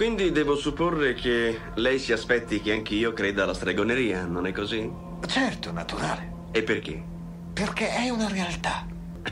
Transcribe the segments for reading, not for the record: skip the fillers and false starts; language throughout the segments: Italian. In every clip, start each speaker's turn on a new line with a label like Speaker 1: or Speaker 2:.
Speaker 1: Quindi devo supporre che lei si aspetti che anch'io creda alla stregoneria, non è così?
Speaker 2: Certo, naturale.
Speaker 1: E perché?
Speaker 2: Perché è una realtà.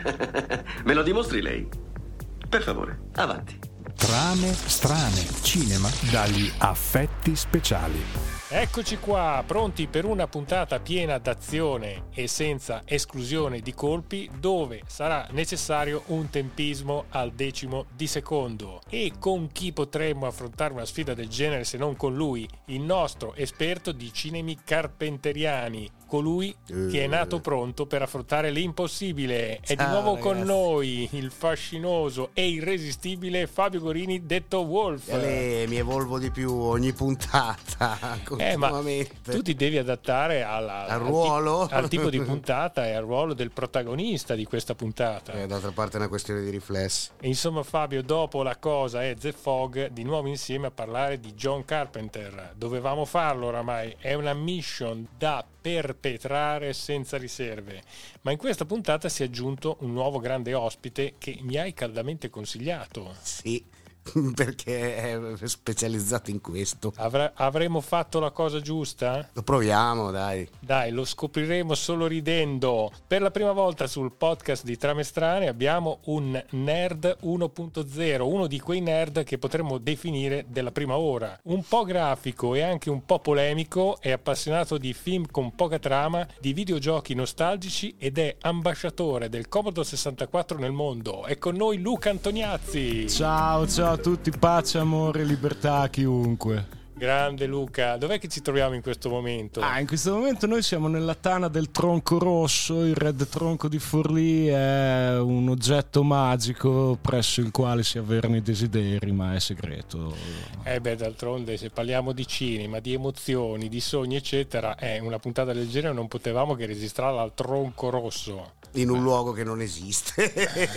Speaker 1: Me lo dimostri lei? Per favore, avanti.
Speaker 3: Trame strane, cinema dagli affetti speciali.
Speaker 4: Eccoci qua, pronti per una puntata piena d'azione e senza esclusione di colpi, dove sarà necessario un tempismo al decimo di secondo. E con chi potremmo affrontare una sfida del genere se non con lui, il nostro esperto di cinemi carpenteriani, colui che è nato pronto per affrontare l'impossibile. È di nuovo
Speaker 5: ragazzi.
Speaker 4: con noi il fascinoso e irresistibile Fabio Gorini, detto Wolf.
Speaker 5: Mi evolvo di più ogni puntata,
Speaker 4: Ma
Speaker 5: continuamente.
Speaker 4: tu ti devi adattare
Speaker 5: Al ruolo?
Speaker 4: al tipo di puntata e al ruolo del protagonista di questa puntata.
Speaker 5: D'altra parte è una questione di riflessi.
Speaker 4: E insomma, Fabio, dopo La Cosa e The Fog, di nuovo insieme a parlare di John Carpenter. Dovevamo farlo oramai, è una mission da perpetrare senza riserve. Ma in questa puntata si è aggiunto un nuovo grande ospite che mi hai caldamente consigliato.
Speaker 5: Sì, perché è specializzato in questo.
Speaker 4: Avremo fatto la cosa giusta?
Speaker 5: Lo proviamo, dai.
Speaker 4: Dai, lo scopriremo solo ridendo. Per la prima volta sul podcast di Trame Strane abbiamo un nerd 1.0, uno di quei nerd che potremmo definire della prima ora. Un po' grafico e anche un po' polemico, è appassionato di film con poca trama, di videogiochi nostalgici ed è ambasciatore del Commodore 64 nel mondo. È con noi Luca Antoniazzi.
Speaker 3: Ciao a tutti, pace, amore, libertà a chiunque.
Speaker 4: Grande Luca, dov'è che ci troviamo in questo momento?
Speaker 3: In questo momento noi siamo nella tana del tronco rosso. Il Red Tronco di Forlì è un oggetto magico presso il quale si avverano i desideri, ma è segreto.
Speaker 4: D'altronde se parliamo di cinema, di emozioni, di sogni eccetera, una puntata del genere non potevamo che registrarla al tronco rosso.
Speaker 5: In un luogo che non esiste.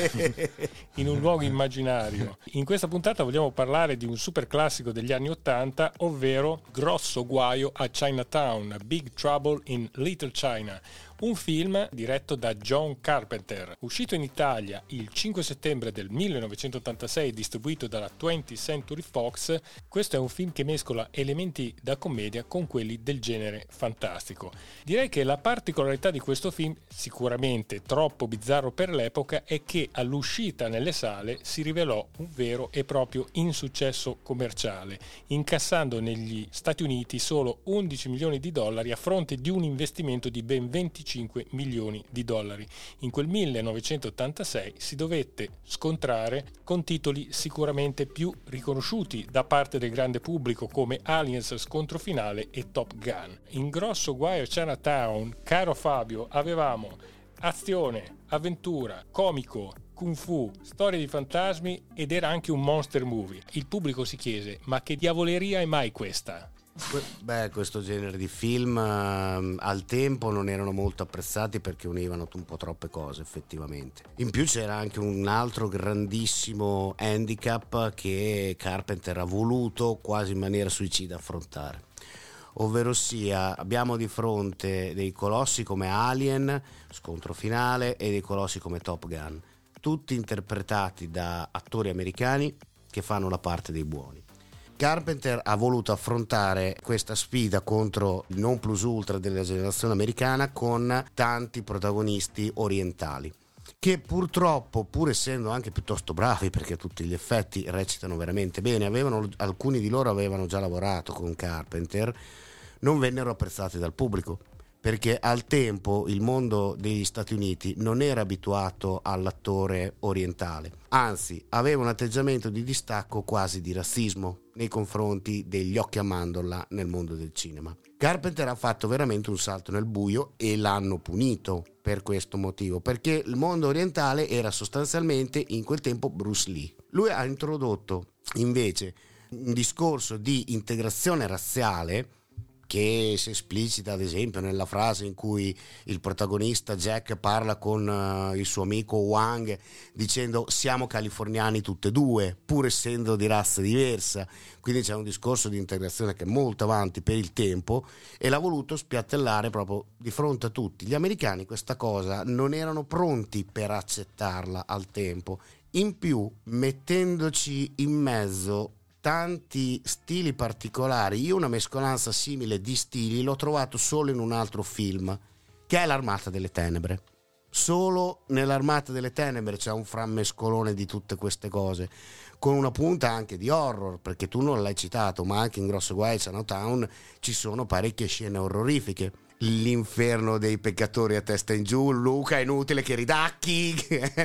Speaker 4: In un luogo immaginario. In questa puntata vogliamo parlare di un super classico degli anni '80, ovvero Grosso guaio a Chinatown, Big Trouble in Little China. Un film diretto da John Carpenter, uscito in Italia il 5 settembre del 1986 e distribuito dalla 20th Century Fox. Questo è un film che mescola elementi da commedia con quelli del genere fantastico. Direi che la particolarità di questo film, sicuramente troppo bizzarro per l'epoca, è che all'uscita nelle sale si rivelò un vero e proprio insuccesso commerciale, incassando negli Stati Uniti solo 11 milioni di dollari a fronte di un investimento di ben 25 milioni di dollari. In quel 1986 si dovette scontrare con titoli sicuramente più riconosciuti da parte del grande pubblico come Aliens Scontro Finale e Top Gun. In Grosso guaio a Chinatown, caro Fabio, avevamo azione, avventura, comico, kung fu, storie di fantasmi ed era anche un monster movie. Il pubblico si chiese: ma che diavoleria è mai questa?
Speaker 5: Questo genere di film al tempo non erano molto apprezzati perché univano un po' troppe cose, effettivamente. In più c'era anche un altro grandissimo handicap che Carpenter ha voluto quasi in maniera suicida affrontare, ovvero sia abbiamo di fronte dei colossi come Alien, Scontro Finale, e dei colossi come Top Gun, tutti interpretati da attori americani che fanno la parte dei buoni. Carpenter ha voluto affrontare questa sfida contro il non plus ultra della generazione americana con tanti protagonisti orientali che purtroppo, pur essendo anche piuttosto bravi perché a tutti gli effetti recitano veramente bene, alcuni di loro avevano già lavorato con Carpenter, non vennero apprezzati dal pubblico perché al tempo il mondo degli Stati Uniti non era abituato all'attore orientale, anzi aveva un atteggiamento di distacco quasi di razzismo nei confronti degli occhi a mandorla nel mondo del cinema. Carpenter ha fatto veramente un salto nel buio e l'hanno punito per questo motivo, perché il mondo orientale era sostanzialmente in quel tempo Bruce Lee. Lui ha introdotto invece un discorso di integrazione razziale che si esplicita ad esempio nella frase in cui il protagonista Jack parla con il suo amico Wang dicendo siamo californiani tutte e due pur essendo di razza diversa, quindi c'è un discorso di integrazione che è molto avanti per il tempo e l'ha voluto spiattellare proprio di fronte a tutti. Gli americani questa cosa non erano pronti per accettarla al tempo, in più mettendoci in mezzo tanti stili particolari. Io una mescolanza simile di stili l'ho trovato solo in un altro film, che è L'Armata delle Tenebre. Solo nell'Armata delle Tenebre c'è un frammescolone di tutte queste cose, con una punta anche di horror, perché tu non l'hai citato, ma anche in Grosso Guai Chinatown ci sono parecchie scene orrorifiche. L'inferno dei peccatori a testa in giù, Luca, è inutile che ridacchi,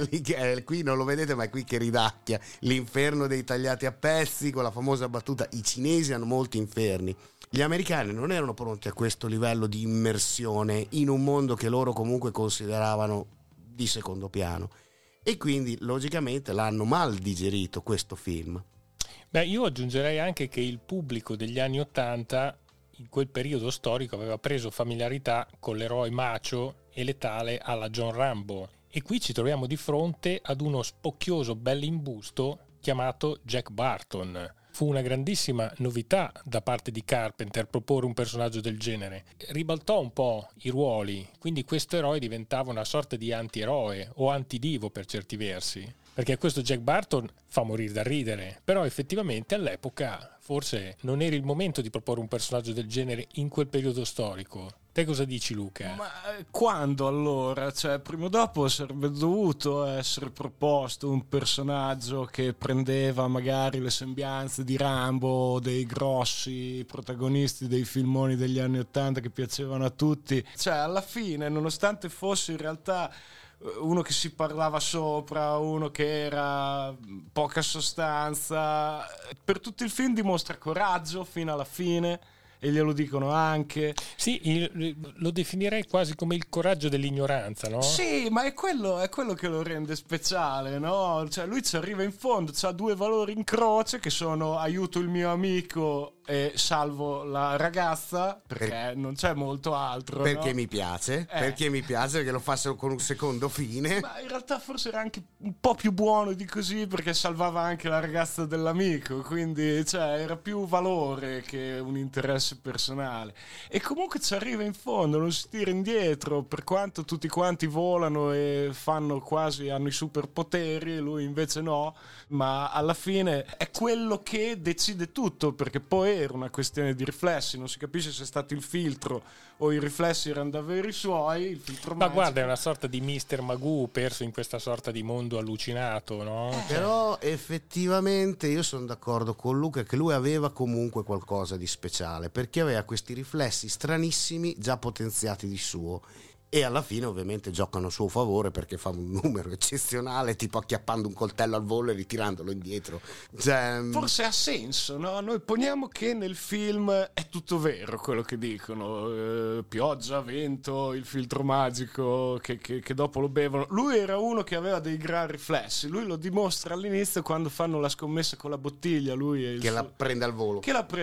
Speaker 5: qui non lo vedete ma è qui che ridacchia. L'inferno dei tagliati a pezzi, con la famosa battuta: i cinesi hanno molti inferni. Gli americani non erano pronti a questo livello di immersione in un mondo che loro comunque consideravano di secondo piano, e quindi logicamente l'hanno mal digerito questo film.
Speaker 4: Beh, io aggiungerei anche che il pubblico degli anni '80 in quel periodo storico aveva preso familiarità con l'eroe macho e letale alla John Rambo, e qui ci troviamo di fronte ad uno spocchioso bell'imbusto chiamato Jack Burton. Fu una grandissima novità da parte di Carpenter proporre un personaggio del genere. Ribaltò un po' i ruoli, quindi questo eroe diventava una sorta di antieroe o antidivo per certi versi. Perché questo Jack Burton fa morire da ridere, però effettivamente all'epoca forse non era il momento di proporre un personaggio del genere in quel periodo storico. Te cosa dici, Luca?
Speaker 3: Ma quando allora? Cioè, prima o dopo sarebbe dovuto essere proposto un personaggio che prendeva magari le sembianze di Rambo, dei grossi protagonisti dei filmoni degli anni '80 che piacevano a tutti. Cioè, alla fine, nonostante fosse in realtà uno che si parlava sopra, uno che era poca sostanza, per tutto il film dimostra coraggio fino alla fine, e glielo dicono anche.
Speaker 4: Sì, lo definirei quasi come il coraggio dell'ignoranza, no?
Speaker 3: Sì, ma è quello che lo rende speciale, no? Cioè lui ci arriva in fondo, c'ha due valori in croce che sono: aiuto il mio amico e salvo la ragazza, perché non c'è molto altro,
Speaker 5: perché
Speaker 3: no?
Speaker 5: mi piace, perché mi piace che lo faccio con un secondo fine.
Speaker 3: Ma in realtà forse era anche un po' più buono di così, perché salvava anche la ragazza dell'amico, quindi cioè era più valore che un interesse personale. E comunque ci arriva in fondo, non si tira indietro, per quanto tutti quanti volano e hanno i superpoteri, e lui invece no, ma alla fine è quello che decide tutto, perché poi era una questione di riflessi, non si capisce se è stato il filtro o i riflessi erano davvero i suoi, il filtro
Speaker 4: Ma
Speaker 3: magico.
Speaker 4: guarda, è una sorta di Mr. Magoo perso in questa sorta di mondo allucinato, no?
Speaker 5: Però effettivamente io sono d'accordo con Luca che lui aveva comunque qualcosa di speciale, perché aveva questi riflessi stranissimi già potenziati di suo, e alla fine ovviamente giocano a suo favore perché fa un numero eccezionale, tipo acchiappando un coltello al volo e ritirandolo indietro. Cioè,
Speaker 3: forse ha senso, no? Noi poniamo che nel film è tutto vero quello che dicono, pioggia, vento, il filtro magico che dopo lo bevono. Lui era uno che aveva dei gran riflessi, lui lo dimostra all'inizio quando fanno la scommessa con la bottiglia, lui e
Speaker 5: che la prende al volo,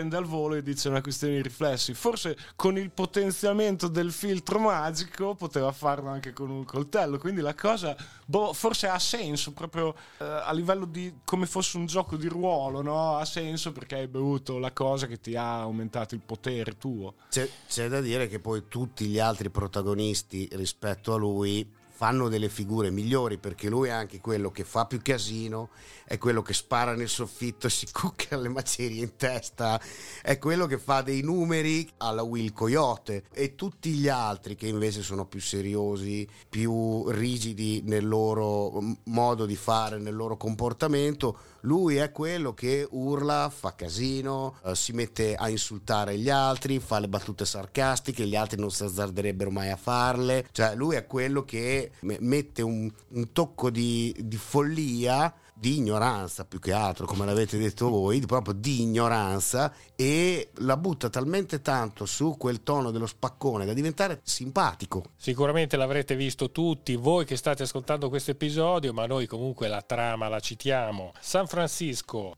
Speaker 3: e dice una questione di riflessi. Forse con il potenziamento del filtro magico poteva farlo anche con un coltello, quindi la cosa forse ha senso proprio a livello di come fosse un gioco di ruolo, no? Ha senso perché hai bevuto la cosa che ti ha aumentato il potere tuo.
Speaker 5: C'è da dire che poi tutti gli altri protagonisti rispetto a lui fanno delle figure migliori, perché lui è anche quello che fa più casino, è quello che spara nel soffitto e si cucca le macerie in testa, è quello che fa dei numeri alla Will Coyote, e tutti gli altri che invece sono più seriosi, più rigidi nel loro modo di fare, nel loro comportamento. Lui è quello che urla, fa casino, si mette a insultare gli altri, fa le battute sarcastiche, gli altri non si azzarderebbero mai a farle. Cioè lui è quello che mette un tocco di follia, di ignoranza più che altro, come l'avete detto voi, proprio di ignoranza, e la butta talmente tanto su quel tono dello spaccone da diventare simpatico.
Speaker 4: Sicuramente l'avrete visto tutti voi che state ascoltando questo episodio, ma noi comunque la trama la citiamo. San Francisco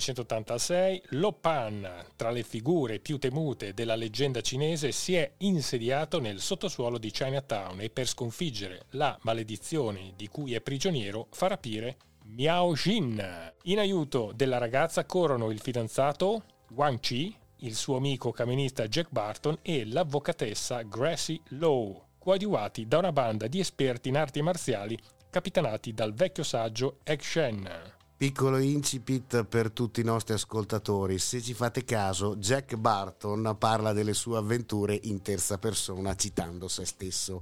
Speaker 4: 1986, Lo Pan, tra le figure più temute della leggenda cinese, si è insediato nel sottosuolo di Chinatown e per sconfiggere la maledizione di cui è prigioniero fa rapire Miao Jin. In aiuto della ragazza corrono il fidanzato Wang Chi, il suo amico camionista Jack Burton e l'avvocatessa Gracie Lowe, coadiuvati da una banda di esperti in arti marziali capitanati dal vecchio saggio Egg Shen.
Speaker 5: Piccolo incipit per tutti i nostri ascoltatori: se ci fate caso, Jack Burton parla delle sue avventure in terza persona citando se stesso.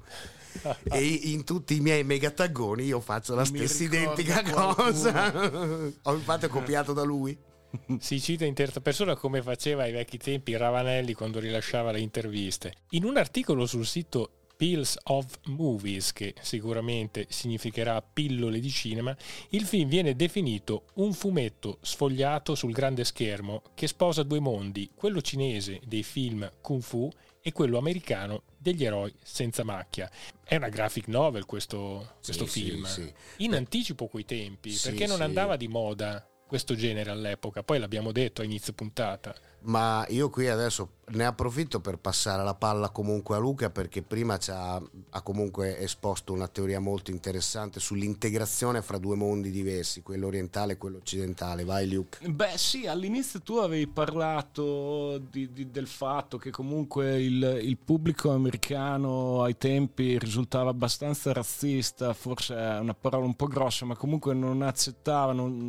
Speaker 5: E in tutti i miei megataggoni io faccio la stessa identica cosa. Ho infatti copiato da lui.
Speaker 4: Si cita in terza persona come faceva ai vecchi tempi Ravanelli quando rilasciava le interviste. In un articolo sul sito Pills of Movies, che sicuramente significherà pillole di cinema, il film viene definito un fumetto sfogliato sul grande schermo che sposa due mondi, quello cinese dei film kung fu e quello americano degli eroi senza macchia. È una graphic novel questo film,
Speaker 5: sì.
Speaker 4: in anticipo coi tempi, perché non andava di moda questo genere all'epoca, poi l'abbiamo detto a inizio puntata.
Speaker 5: Ma io qui adesso ne approfitto per passare la palla comunque a Luca, perché prima ha comunque esposto una teoria molto interessante sull'integrazione fra due mondi diversi, quello orientale e quello occidentale. Vai Luke.
Speaker 3: Beh sì, all'inizio tu avevi parlato del fatto che comunque il pubblico americano ai tempi risultava abbastanza razzista, forse è una parola un po' grossa, ma comunque non accettava,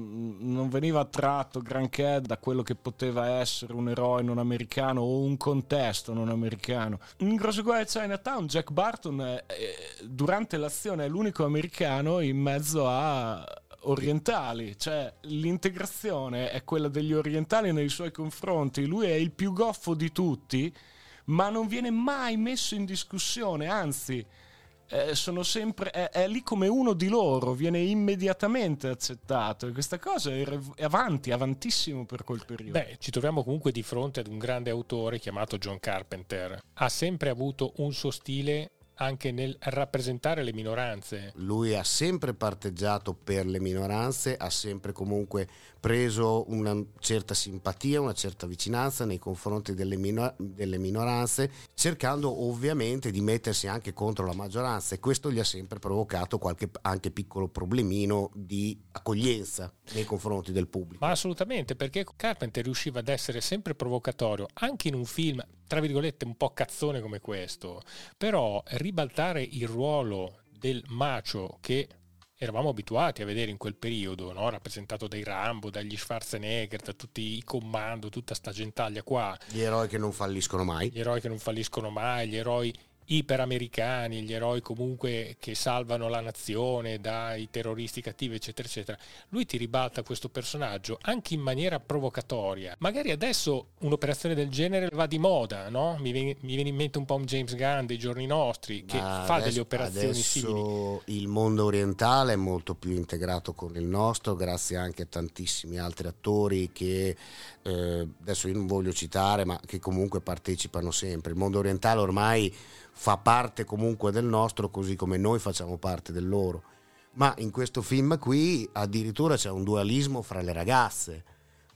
Speaker 3: non veniva attratto granché da quello che poteva essere un eroe non americano o un contesto non americano. In Grosso Guaio a Chinatown Jack Burton durante l'azione è l'unico americano in mezzo a orientali, cioè l'integrazione è quella degli orientali nei suoi confronti. Lui è il più goffo di tutti, ma non viene mai messo in discussione, anzi sono sempre è lì come uno di loro, viene immediatamente accettato, e questa cosa è avantissimo per quel periodo.
Speaker 4: Beh, ci troviamo comunque di fronte ad un grande autore chiamato John Carpenter. Ha sempre avuto un suo stile anche nel rappresentare le minoranze.
Speaker 5: Lui ha sempre parteggiato per le minoranze, ha sempre comunque preso una certa simpatia, una certa vicinanza nei confronti delle minoranze, cercando ovviamente di mettersi anche contro la maggioranza, e questo gli ha sempre provocato qualche anche piccolo problemino di accoglienza nei confronti del pubblico.
Speaker 4: Ma assolutamente, perché Carpenter riusciva ad essere sempre provocatorio anche in un film tra virgolette un po' cazzone come questo, però ribaltare il ruolo del macho che eravamo abituati a vedere in quel periodo, no? Rappresentato dai Rambo, dagli Schwarzenegger, da tutti i Commando, tutta sta gentaglia qua,
Speaker 5: Gli eroi che non falliscono mai,
Speaker 4: gli eroi iperamericani, gli eroi comunque che salvano la nazione dai terroristi cattivi, eccetera eccetera. Lui ti ribalta questo personaggio anche in maniera provocatoria. Magari adesso un'operazione del genere va di moda, no? Mi viene in mente un po' un James Gunn dei giorni nostri che fa delle operazioni simili.
Speaker 5: Il mondo orientale è molto più integrato con il nostro, grazie anche a tantissimi altri attori che adesso io non voglio citare, ma che comunque partecipano sempre. Il mondo orientale ormai fa parte comunque del nostro, così come noi facciamo parte del loro. Ma in questo film qui addirittura c'è un dualismo fra le ragazze,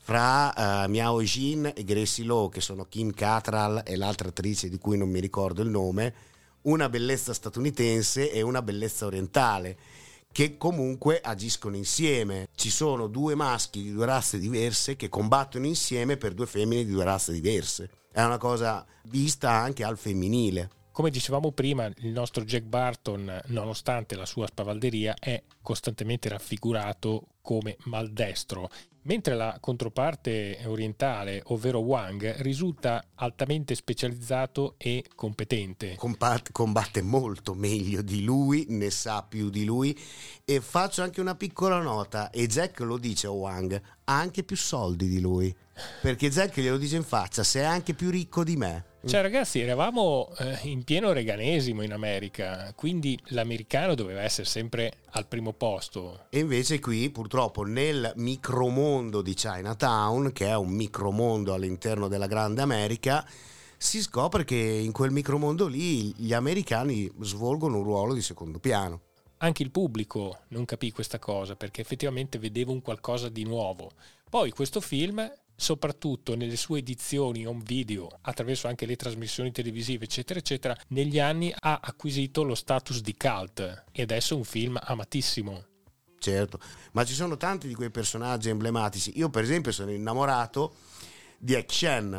Speaker 5: fra Miao Jin e Gracie Lowe, che sono Kim Cattrall e l'altra attrice di cui non mi ricordo il nome, una bellezza statunitense e una bellezza orientale, che comunque agiscono insieme. Ci sono due maschi di due razze diverse che combattono insieme per due femmine di due razze diverse. È una cosa vista anche al femminile.
Speaker 4: Come dicevamo prima, il nostro Jack Burton, nonostante la sua spavalderia, è costantemente raffigurato come maldestro, mentre la controparte orientale, ovvero Wang, risulta altamente specializzato e competente.
Speaker 5: Combatte molto meglio di lui, ne sa più di lui, e faccio anche una piccola nota, e Jack lo dice a Wang, ha anche più soldi di lui, perché Jack glielo dice in faccia, sei anche più ricco di me.
Speaker 4: Cioè ragazzi, eravamo in pieno reaganesimo in America, quindi l'americano doveva essere sempre al primo posto.
Speaker 5: E invece qui purtroppo nel micromondo di Chinatown, che è un micromondo all'interno della grande America, si scopre che in quel micromondo lì gli americani svolgono un ruolo di secondo piano.
Speaker 4: Anche il pubblico non capì questa cosa, perché effettivamente vedeva un qualcosa di nuovo. Poi questo film, soprattutto nelle sue edizioni home video, attraverso anche le trasmissioni televisive eccetera eccetera, negli anni ha acquisito lo status di cult e adesso è un film amatissimo.
Speaker 5: Certo, ma ci sono tanti di quei personaggi emblematici. Io per esempio sono innamorato di Ek Shen,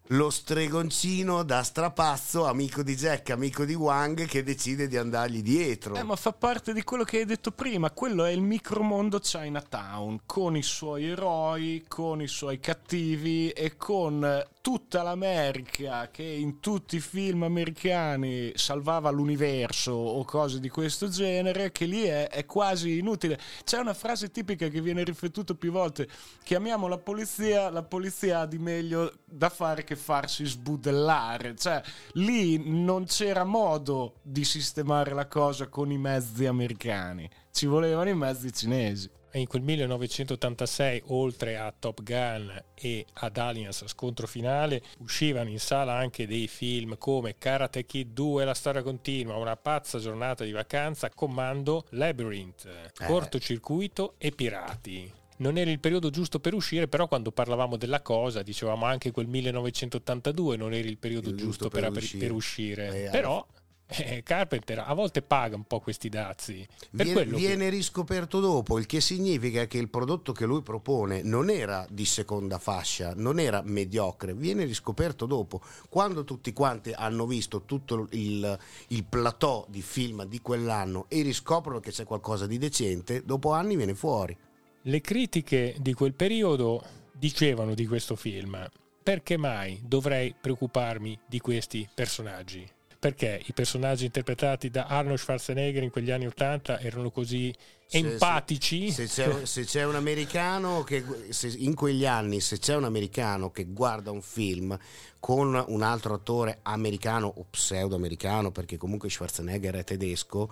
Speaker 5: lo stregoncino da strapazzo, amico di Jack, amico di Wang, che decide di andargli dietro.
Speaker 3: Ma fa parte di quello che hai detto prima, quello è il micromondo Chinatown, con i suoi eroi, con i suoi cattivi e con tutta l'America che in tutti i film americani salvava l'universo o cose di questo genere, che lì è quasi inutile. C'è una frase tipica che viene ripetuta più volte: chiamiamo la polizia ha di meglio da fare che farsi sbudellare. Cioè lì non c'era modo di sistemare la cosa con i mezzi americani, ci volevano i mezzi cinesi.
Speaker 4: E in quel 1986, oltre a Top Gun e ad Aliens Scontro Finale, uscivano in sala anche dei film come Karate Kid 2, La storia continua, Una pazza giornata di vacanza, Commando, Labyrinth, Cortocircuito e Pirati. Non era il periodo giusto per uscire, però quando parlavamo della cosa dicevamo anche quel 1982 non era il periodo giusto per uscire. Però Carpenter a volte paga un po' questi dazi.
Speaker 5: Viene riscoperto dopo, il che significa che il prodotto che lui propone non era di seconda fascia, non era mediocre, viene riscoperto dopo, quando tutti quanti hanno visto tutto il plateau di film di quell'anno e riscoprono che c'è qualcosa di decente, dopo anni viene fuori.
Speaker 4: Le critiche di quel periodo dicevano di questo film: perché mai dovrei preoccuparmi di questi personaggi? Perché i personaggi interpretati da Arnold Schwarzenegger in quegli anni 80 erano così empatici?
Speaker 5: Se c'è un americano in quegli anni, se c'è un americano che guarda un film con un altro attore americano o pseudo-americano, perché comunque Schwarzenegger è tedesco,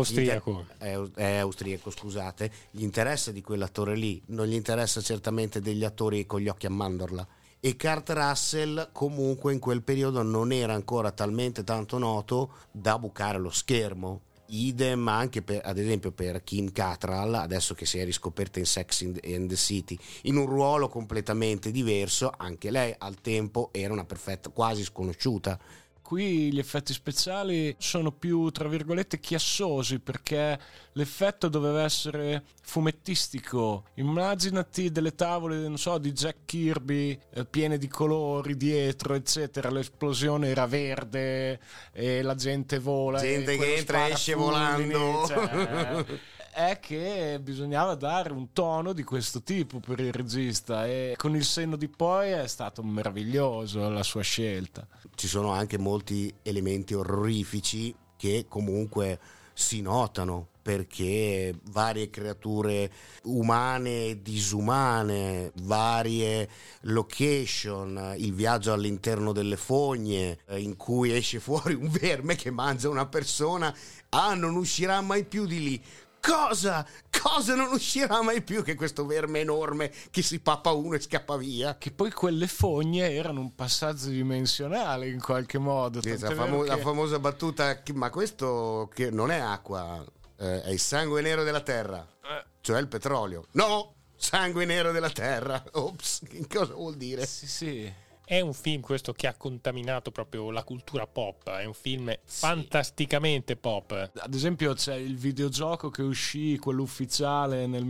Speaker 5: è austriaco, scusate, gli interessa di quell'attore lì, non gli interessa certamente degli attori con gli occhi a mandorla. E Kurt Russell comunque in quel periodo non era ancora talmente tanto noto da bucare lo schermo. Idem anche ad esempio per Kim Cattrall, adesso che si è riscoperta in Sex and the City in un ruolo completamente diverso. Anche lei al tempo era una perfetta, quasi sconosciuta.
Speaker 3: Qui gli effetti speciali sono più, tra virgolette, chiassosi, perché l'effetto doveva essere fumettistico. Immaginati delle tavole, non so, di Jack Kirby piene di colori dietro, eccetera. L'esplosione era verde e la gente vola.
Speaker 5: Gente che entra e esce volando.
Speaker 3: Cioè, è che bisognava dare un tono di questo tipo per il regista, e con il senno di poi è stato meraviglioso la sua scelta.
Speaker 5: Ci sono anche molti elementi orrorifici che comunque si notano, perché varie creature umane e disumane, varie location, il viaggio all'interno delle fogne in cui esce fuori un verme che mangia una persona, non uscirà mai più di lì. Cosa non uscirà mai più che questo verme enorme che si pappa uno e scappa via?
Speaker 3: Che poi quelle fogne erano un passaggio dimensionale in qualche modo.
Speaker 5: La famosa battuta: ma questo che non è acqua, è il sangue nero della terra, cioè il petrolio. No, sangue nero della terra. Ops, che cosa vuol dire?
Speaker 3: Sì.
Speaker 4: È un film questo che ha contaminato proprio la cultura pop, è un film fantasticamente pop.
Speaker 3: Ad esempio c'è il videogioco che uscì, quello ufficiale, nel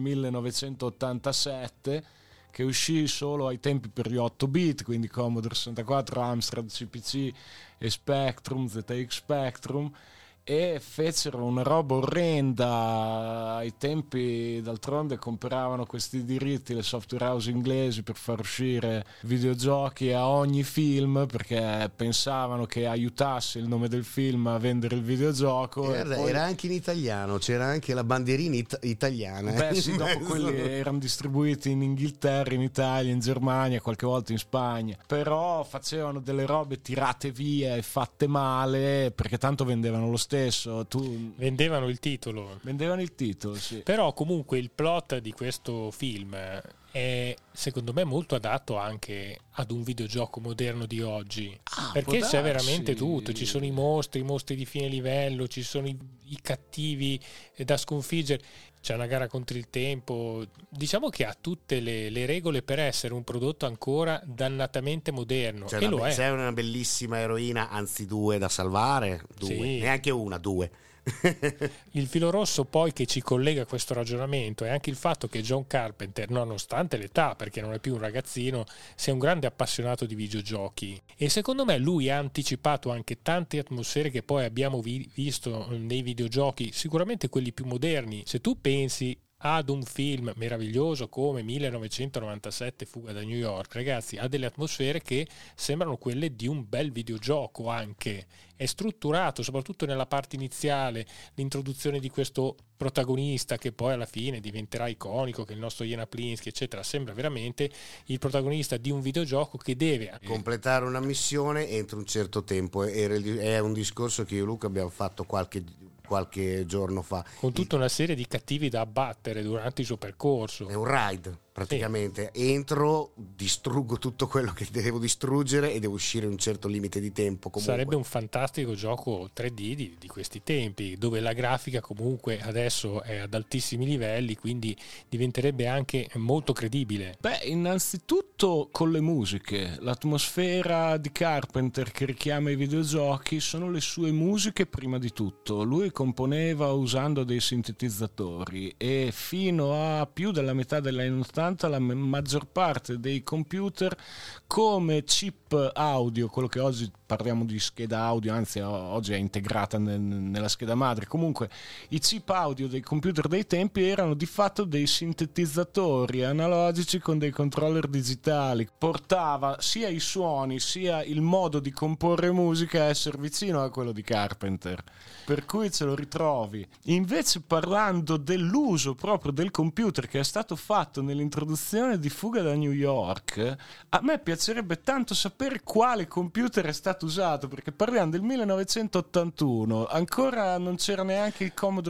Speaker 3: 1987, che uscì solo ai tempi per gli 8 bit, quindi Commodore 64, Amstrad CPC e Spectrum, ZX Spectrum, e fecero una roba orrenda. Ai tempi d'altronde compravano questi diritti le software house inglesi per far uscire videogiochi a ogni film, perché pensavano che aiutasse il nome del film a vendere il videogioco.
Speaker 5: Era anche in italiano, c'era anche la bandierina italiana.
Speaker 3: Beh sì, dopo quelli erano distribuiti in Inghilterra, in Italia, in Germania, qualche volta in Spagna, però facevano delle robe tirate via e fatte male, perché tanto vendevano lo stesso.
Speaker 4: Vendevano il titolo,
Speaker 3: sì.
Speaker 4: Però comunque il plot di questo film è secondo me molto adatto anche ad un videogioco moderno di oggi, perché c'è veramente tutto, ci sono i mostri di fine livello, ci sono i cattivi da sconfiggere, c'è una gara contro il tempo. Diciamo che ha tutte le regole per essere un prodotto ancora dannatamente moderno, lo è.
Speaker 5: C'è una bellissima eroina, anzi due da salvare,
Speaker 4: sì.
Speaker 5: Neanche una, due
Speaker 4: Il filo rosso poi che ci collega a questo ragionamento è anche il fatto che John Carpenter, nonostante l'età, perché non è più un ragazzino, sia un grande appassionato di videogiochi, e secondo me lui ha anticipato anche tante atmosfere che poi abbiamo visto nei videogiochi, sicuramente quelli più moderni. Se tu pensi ad un film meraviglioso come 1997 Fuga da New York, ragazzi, ha delle atmosfere che sembrano quelle di un bel videogioco. Anche è strutturato, soprattutto nella parte iniziale, l'introduzione di questo protagonista che poi alla fine diventerà iconico, che è il nostro Jena Plinsky eccetera, sembra veramente il protagonista di un videogioco che deve
Speaker 5: completare una missione entro un certo tempo. È un discorso che io e Luca abbiamo fatto qualche giorno fa,
Speaker 4: con tutta una serie di cattivi da abbattere durante il suo percorso.
Speaker 5: È un raid praticamente, sì. Entro, distruggo tutto quello che devo distruggere e devo uscire in un certo limite di tempo. Comunque
Speaker 4: sarebbe un fantastico gioco 3D di questi tempi, dove la grafica comunque adesso è ad altissimi livelli, quindi diventerebbe anche molto credibile.
Speaker 3: Beh, innanzitutto con le musiche, l'atmosfera di Carpenter che richiama i videogiochi sono le sue musiche prima di tutto. Lui componeva usando dei sintetizzatori e fino a più della metà degli anni 80 la maggior parte dei computer come chip audio, quello che oggi parliamo di scheda audio, anzi oggi è integrata nella scheda madre, comunque i chip audio dei computer dei tempi erano di fatto dei sintetizzatori analogici con dei controller digitali. Portava sia i suoni sia il modo di comporre musica a essere vicino a quello di Carpenter, per cui ce lo ritrovi. Invece, parlando dell'uso proprio del computer che è stato fatto nell'introduzione di Fuga da New York, a me piacerebbe tanto sapere quale computer è stato usato, perché parliamo del 1981, ancora non c'era neanche il Commodore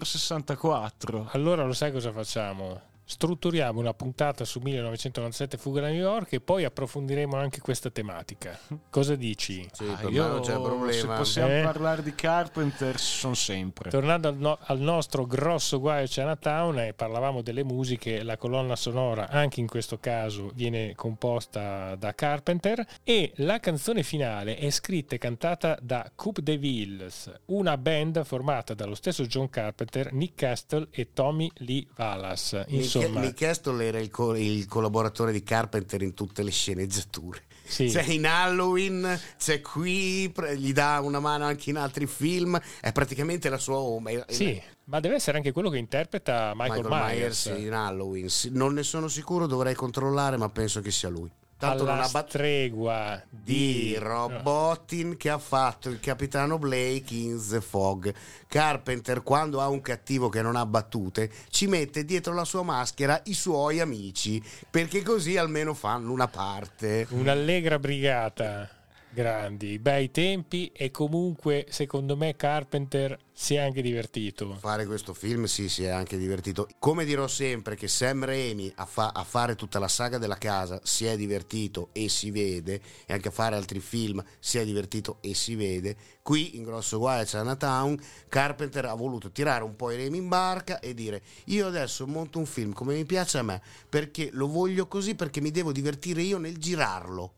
Speaker 3: 64.
Speaker 4: Allora lo sai cosa facciamo? Strutturiamo una puntata su 1997 Fuga da New York e poi approfondiremo anche questa tematica. Cosa dici?
Speaker 5: Sì, per me non c'è problema.
Speaker 3: Se possiamo parlare di Carpenter sono sempre.
Speaker 4: Tornando al nostro grosso guaio Chinatown, e parlavamo delle musiche, la colonna sonora anche in questo caso viene composta da Carpenter e la canzone finale è scritta e cantata da Coupe de Villes, una band formata dallo stesso John Carpenter, Nick Castle e Tommy Lee Wallace.
Speaker 5: Nick Castle era il collaboratore di Carpenter in tutte le sceneggiature.
Speaker 4: Sì.
Speaker 5: C'è in Halloween, c'è qui, gli dà una mano anche in altri film, è praticamente la sua home.
Speaker 4: Sì, ma deve essere anche quello che interpreta Michael Myers
Speaker 5: in Halloween. Non ne sono sicuro, dovrei controllare, ma penso che sia lui. Tanto
Speaker 4: alla
Speaker 5: non ha
Speaker 4: stregua
Speaker 5: di Rob Bottin, che ha fatto il capitano Blake in The Fog. Carpenter, quando ha un cattivo che non ha battute, ci mette dietro la sua maschera i suoi amici, perché così almeno fanno una parte.
Speaker 4: Un'allegra brigata. Grandi, bei tempi, e comunque secondo me Carpenter si è anche divertito.
Speaker 5: Fare questo film sì, si è anche divertito. Come dirò sempre che Sam Raimi a fare tutta la saga della casa si è divertito e si vede, e anche a fare altri film si è divertito e si vede. Qui in Grosso Guaio a Chinatown Carpenter ha voluto tirare un po' i remi in barca e dire: io adesso monto un film come mi piace a me, perché lo voglio così, perché mi devo divertire io nel girarlo.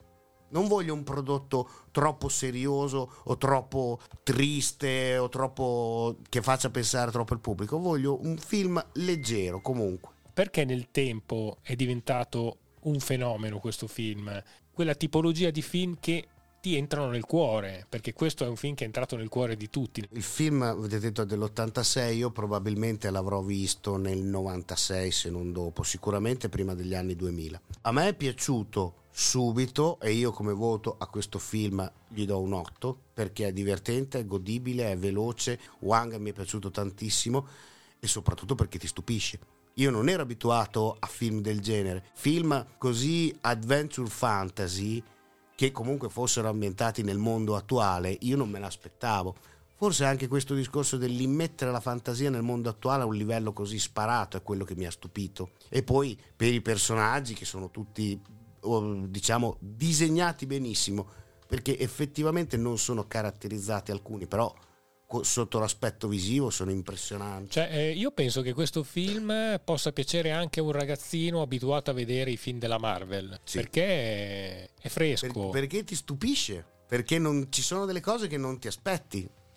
Speaker 5: Non voglio un prodotto troppo serioso o troppo triste o troppo che faccia pensare troppo il pubblico. Voglio un film leggero comunque.
Speaker 4: Perché nel tempo è diventato un fenomeno questo film? Quella tipologia di film che ti entrano nel cuore, perché questo è un film che è entrato nel cuore di tutti.
Speaker 5: Il film, avete detto, è dell'86, io probabilmente l'avrò visto nel 96, se non dopo, sicuramente prima degli anni 2000. A me è piaciuto subito e io come voto a questo film gli do un 8, perché è divertente, è godibile, è veloce. Wang mi è piaciuto tantissimo e soprattutto perché ti stupisce. Io non ero abituato a film del genere, film così adventure fantasy che comunque fossero ambientati nel mondo attuale, io non me l'aspettavo. Forse anche questo discorso dell'immettere la fantasia nel mondo attuale a un livello così sparato è quello che mi ha stupito. E poi per i personaggi che sono tutti, diciamo, disegnati benissimo, perché effettivamente non sono caratterizzati alcuni, però sotto l'aspetto visivo sono impressionanti.
Speaker 4: Cioè, io penso che questo film possa piacere anche a un ragazzino abituato a vedere i film della Marvel, sì, perché è fresco,
Speaker 5: perché ti stupisce, perché non ci sono delle cose che non ti aspetti.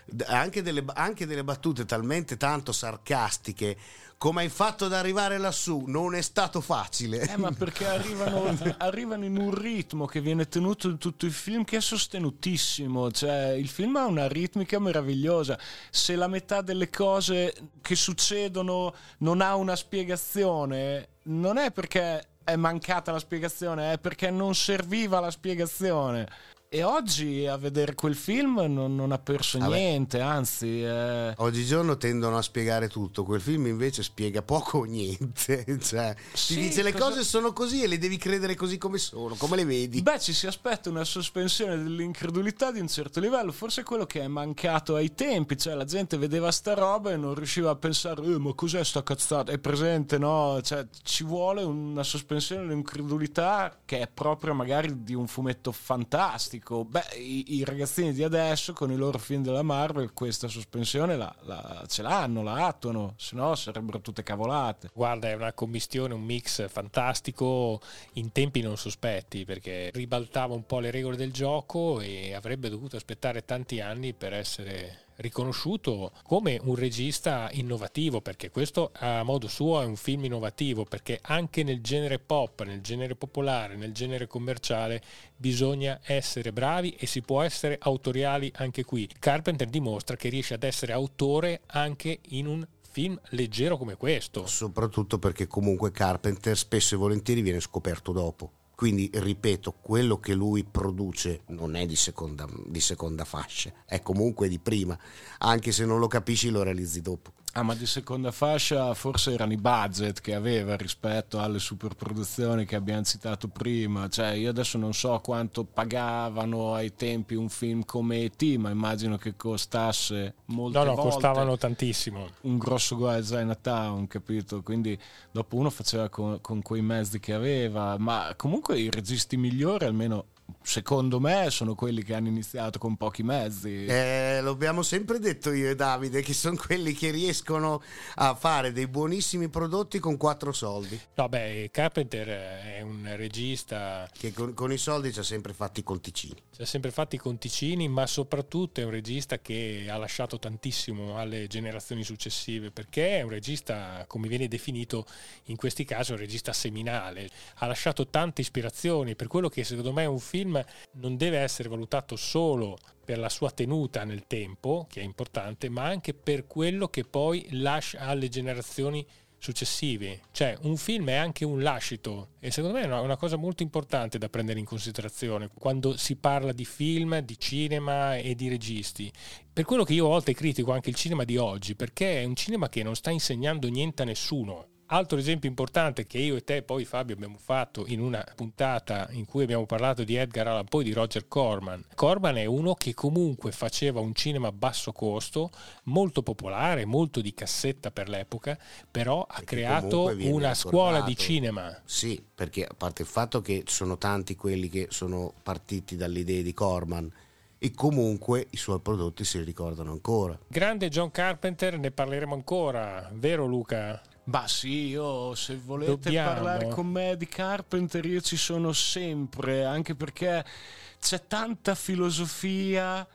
Speaker 5: anche delle battute talmente tanto sarcastiche. Come hai fatto ad arrivare lassù? Non è stato facile.
Speaker 3: Ma perché arrivano in un ritmo che viene tenuto in tutto il film, che è sostenutissimo. Cioè, il film ha una ritmica meravigliosa. Se la metà delle cose che succedono non ha una spiegazione, non è perché è mancata la spiegazione, è perché non serviva la spiegazione. E oggi a vedere quel film non ha perso niente, anzi...
Speaker 5: Oggigiorno tendono a spiegare tutto, quel film invece spiega poco o niente. Cioè, ti dice le cose sono così e le devi credere così come sono, come le vedi.
Speaker 3: Beh, ci si aspetta una sospensione dell'incredulità di un certo livello, forse è quello che è mancato ai tempi, cioè la gente vedeva sta roba e non riusciva a pensare ma cos'è sta cazzata, è presente, no? Cioè ci vuole una sospensione dell'incredulità che è proprio magari di un fumetto fantastico. Beh, i ragazzini di adesso con i loro film della Marvel questa sospensione ce l'hanno, la attuano, se no sarebbero tutte cavolate.
Speaker 4: Guarda, è una commistione, un mix fantastico in tempi non sospetti, perché ribaltava un po' le regole del gioco e avrebbe dovuto aspettare tanti anni per essere riconosciuto come un regista innovativo, perché questo a modo suo è un film innovativo, perché anche nel genere pop, nel genere popolare, nel genere commerciale bisogna essere bravi e si può essere autoriali anche qui. Carpenter dimostra che riesce ad essere autore anche in un film leggero come questo.
Speaker 5: Soprattutto perché comunque Carpenter spesso e volentieri viene scoperto dopo. Quindi ripeto, quello che lui produce non è di seconda fascia, è comunque di prima, anche se non lo capisci lo realizzi dopo.
Speaker 3: Ma di seconda fascia forse erano i budget che aveva rispetto alle superproduzioni che abbiamo citato prima. Cioè io adesso non so quanto pagavano ai tempi un film come E.T., ma immagino che costasse molte volte.
Speaker 4: Costavano tantissimo.
Speaker 3: Un grosso guai a Chinatown, capito? Quindi dopo uno faceva con quei mezzi che aveva, ma comunque i registi migliori, almeno secondo me, sono quelli che hanno iniziato con pochi mezzi.
Speaker 5: Lo abbiamo sempre detto io e Davide, che sono quelli che riescono a fare dei buonissimi prodotti con 4 soldi.
Speaker 4: No, beh, Carpenter è un regista
Speaker 5: che con i soldi ci ha sempre fatti i conticini.
Speaker 4: Ci ha sempre fatti i conticini, ma soprattutto è un regista che ha lasciato tantissimo alle generazioni successive, perché è un regista, come viene definito in questi casi, un regista seminale. Ha lasciato tante ispirazioni, per quello che secondo me è un film non deve essere valutato solo per la sua tenuta nel tempo, che è importante, ma anche per quello che poi lascia alle generazioni successive. Cioè un film è anche un lascito, e secondo me è una cosa molto importante da prendere in considerazione quando si parla di film, di cinema e di registi. Per quello che io a volte critico anche il cinema di oggi, perché è un cinema che non sta insegnando niente a nessuno. Altro esempio importante che io e te poi Fabio abbiamo fatto in una puntata in cui abbiamo parlato di Edgar Allan Poe, di Roger Corman. Corman è uno che comunque faceva un cinema a basso costo, molto popolare, molto di cassetta per l'epoca, però ha creato una scuola di cinema.
Speaker 5: Sì, perché a parte il fatto che sono tanti quelli che sono partiti dalle idee di Corman e comunque i suoi prodotti si ricordano ancora.
Speaker 4: Grande John Carpenter, ne parleremo ancora, vero Luca?
Speaker 3: Bah sì, io se volete parlare con me di Carpenter io ci sono sempre, anche perché c'è tanta filosofia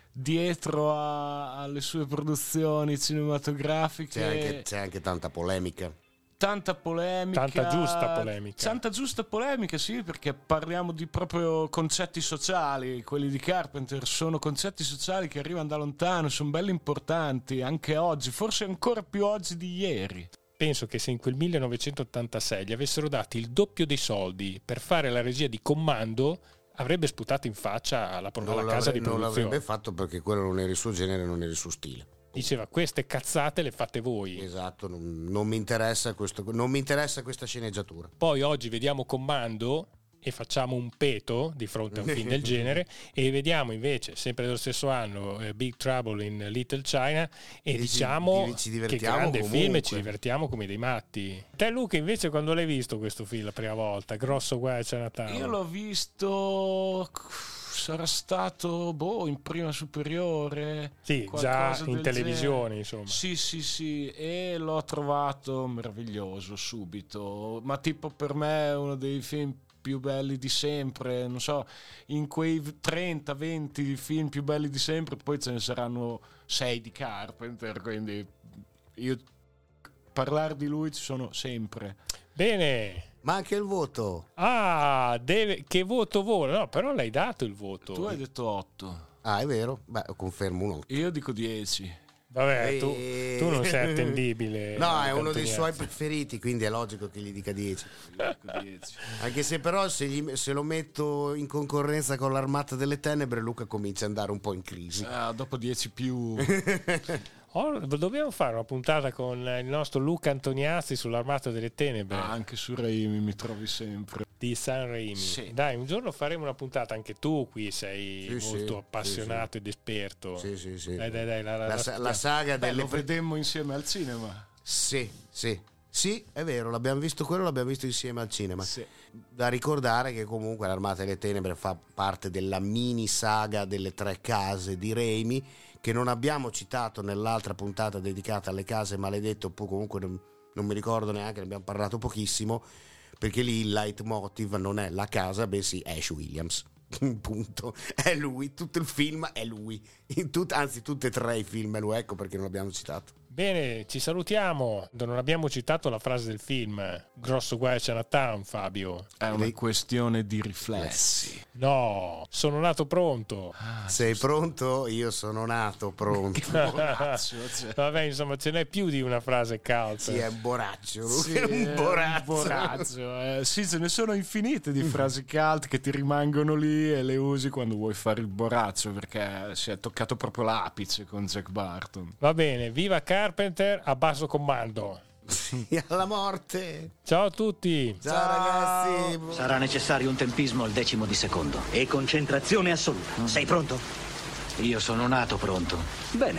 Speaker 3: dietro alle sue produzioni cinematografiche.
Speaker 5: C'è anche tanta polemica.
Speaker 3: Tanta
Speaker 4: giusta polemica, sì, perché parliamo di proprio concetti sociali. Quelli di Carpenter sono concetti sociali che arrivano da lontano, sono belli importanti anche oggi, forse ancora più oggi di ieri. Penso che se in quel 1986 gli avessero dati il doppio dei soldi per fare la regia di Commando, avrebbe sputato in faccia alla casa di produzione.
Speaker 5: Non l'avrebbe fatto perché quello non era il suo genere, non era il suo stile.
Speaker 4: Diceva queste cazzate le fate voi.
Speaker 5: Esatto, non mi interessa questa sceneggiatura.
Speaker 4: Poi oggi vediamo Commando e facciamo un peto di fronte a un film del genere, e vediamo invece sempre dello stesso anno Big Trouble in Little China e diciamo che grande comunque. Film, e ci divertiamo come dei matti. Te Luca invece quando l'hai visto questo film la prima volta, Grosso guai a Chinatown?
Speaker 3: Io l'ho visto, sarà stato in prima superiore,
Speaker 4: sì, già in televisione, insomma.
Speaker 3: Sì, e l'ho trovato meraviglioso subito, ma tipo per me è uno dei film più belli di sempre, non so, in quei 30-20 film più belli di sempre poi ce ne saranno 6 di Carpenter, quindi io parlare di lui ci sono sempre.
Speaker 4: Bene.
Speaker 5: Ma anche il voto.
Speaker 4: Che voto vola? No, però l'hai dato il voto.
Speaker 3: Tu hai detto 8.
Speaker 5: Ah, è vero? Beh, confermo un 8.
Speaker 3: Io dico 10.
Speaker 4: Vabbè, tu non sei attendibile.
Speaker 5: No, è uno dei suoi preferiti, quindi è logico che gli dica 10. Anche se però se lo metto in concorrenza con l'Armata delle Tenebre, Luca comincia ad andare un po' in crisi.
Speaker 3: Dopo 10 più.
Speaker 4: Dobbiamo fare una puntata con il nostro Luca Antoniazzi sull'Armata delle Tenebre.
Speaker 3: Anche su Raimi mi trovi sempre.
Speaker 4: Di San Raimi.
Speaker 3: Sì.
Speaker 4: Dai, un giorno faremo una puntata, anche tu qui sei molto appassionato ed esperto.
Speaker 5: Sì.
Speaker 4: Dai,
Speaker 5: la saga delle...
Speaker 3: Lo vedemmo insieme al cinema.
Speaker 5: Sì, è vero, l'abbiamo visto insieme al cinema.
Speaker 3: Sì.
Speaker 5: Da ricordare che comunque l'Armata delle Tenebre fa parte della mini saga delle 3 case di Raimi, che non abbiamo citato nell'altra puntata dedicata alle case maledette, oppure comunque non mi ricordo neanche, ne abbiamo parlato pochissimo, perché lì il leitmotiv non è la casa, bensì Ash Williams. Punto. È lui, tutto il film è lui. Anzi, tutti e 3 i film è lui, ecco perché non l'abbiamo citato.
Speaker 4: Bene, ci salutiamo. Non abbiamo citato la frase del film. Grosso guai a Chinatown, Fabio.
Speaker 3: È una questione di riflessi.
Speaker 4: No, sono nato pronto.
Speaker 5: Sei pronto? Io sono nato pronto.
Speaker 4: Vabbè, insomma, ce n'è più di una frase cult.
Speaker 5: Sì, è un boraccio.
Speaker 3: Sì,
Speaker 5: è un boraccio.
Speaker 3: Sì, ce ne sono infinite di frasi cult che ti rimangono lì e le usi quando vuoi fare il boraccio, perché si è toccato proprio l'apice con Jack Burton.
Speaker 4: Va bene, viva Carpenter a basso comando.
Speaker 5: Alla morte.
Speaker 4: Ciao a tutti.
Speaker 5: Ciao ragazzi.
Speaker 6: Sarà necessario un tempismo al 10° di secondo e concentrazione assoluta. Sei pronto? Io sono nato pronto. Bene.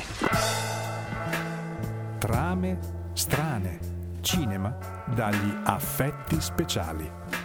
Speaker 7: Trame strane. Cinema dagli affetti speciali.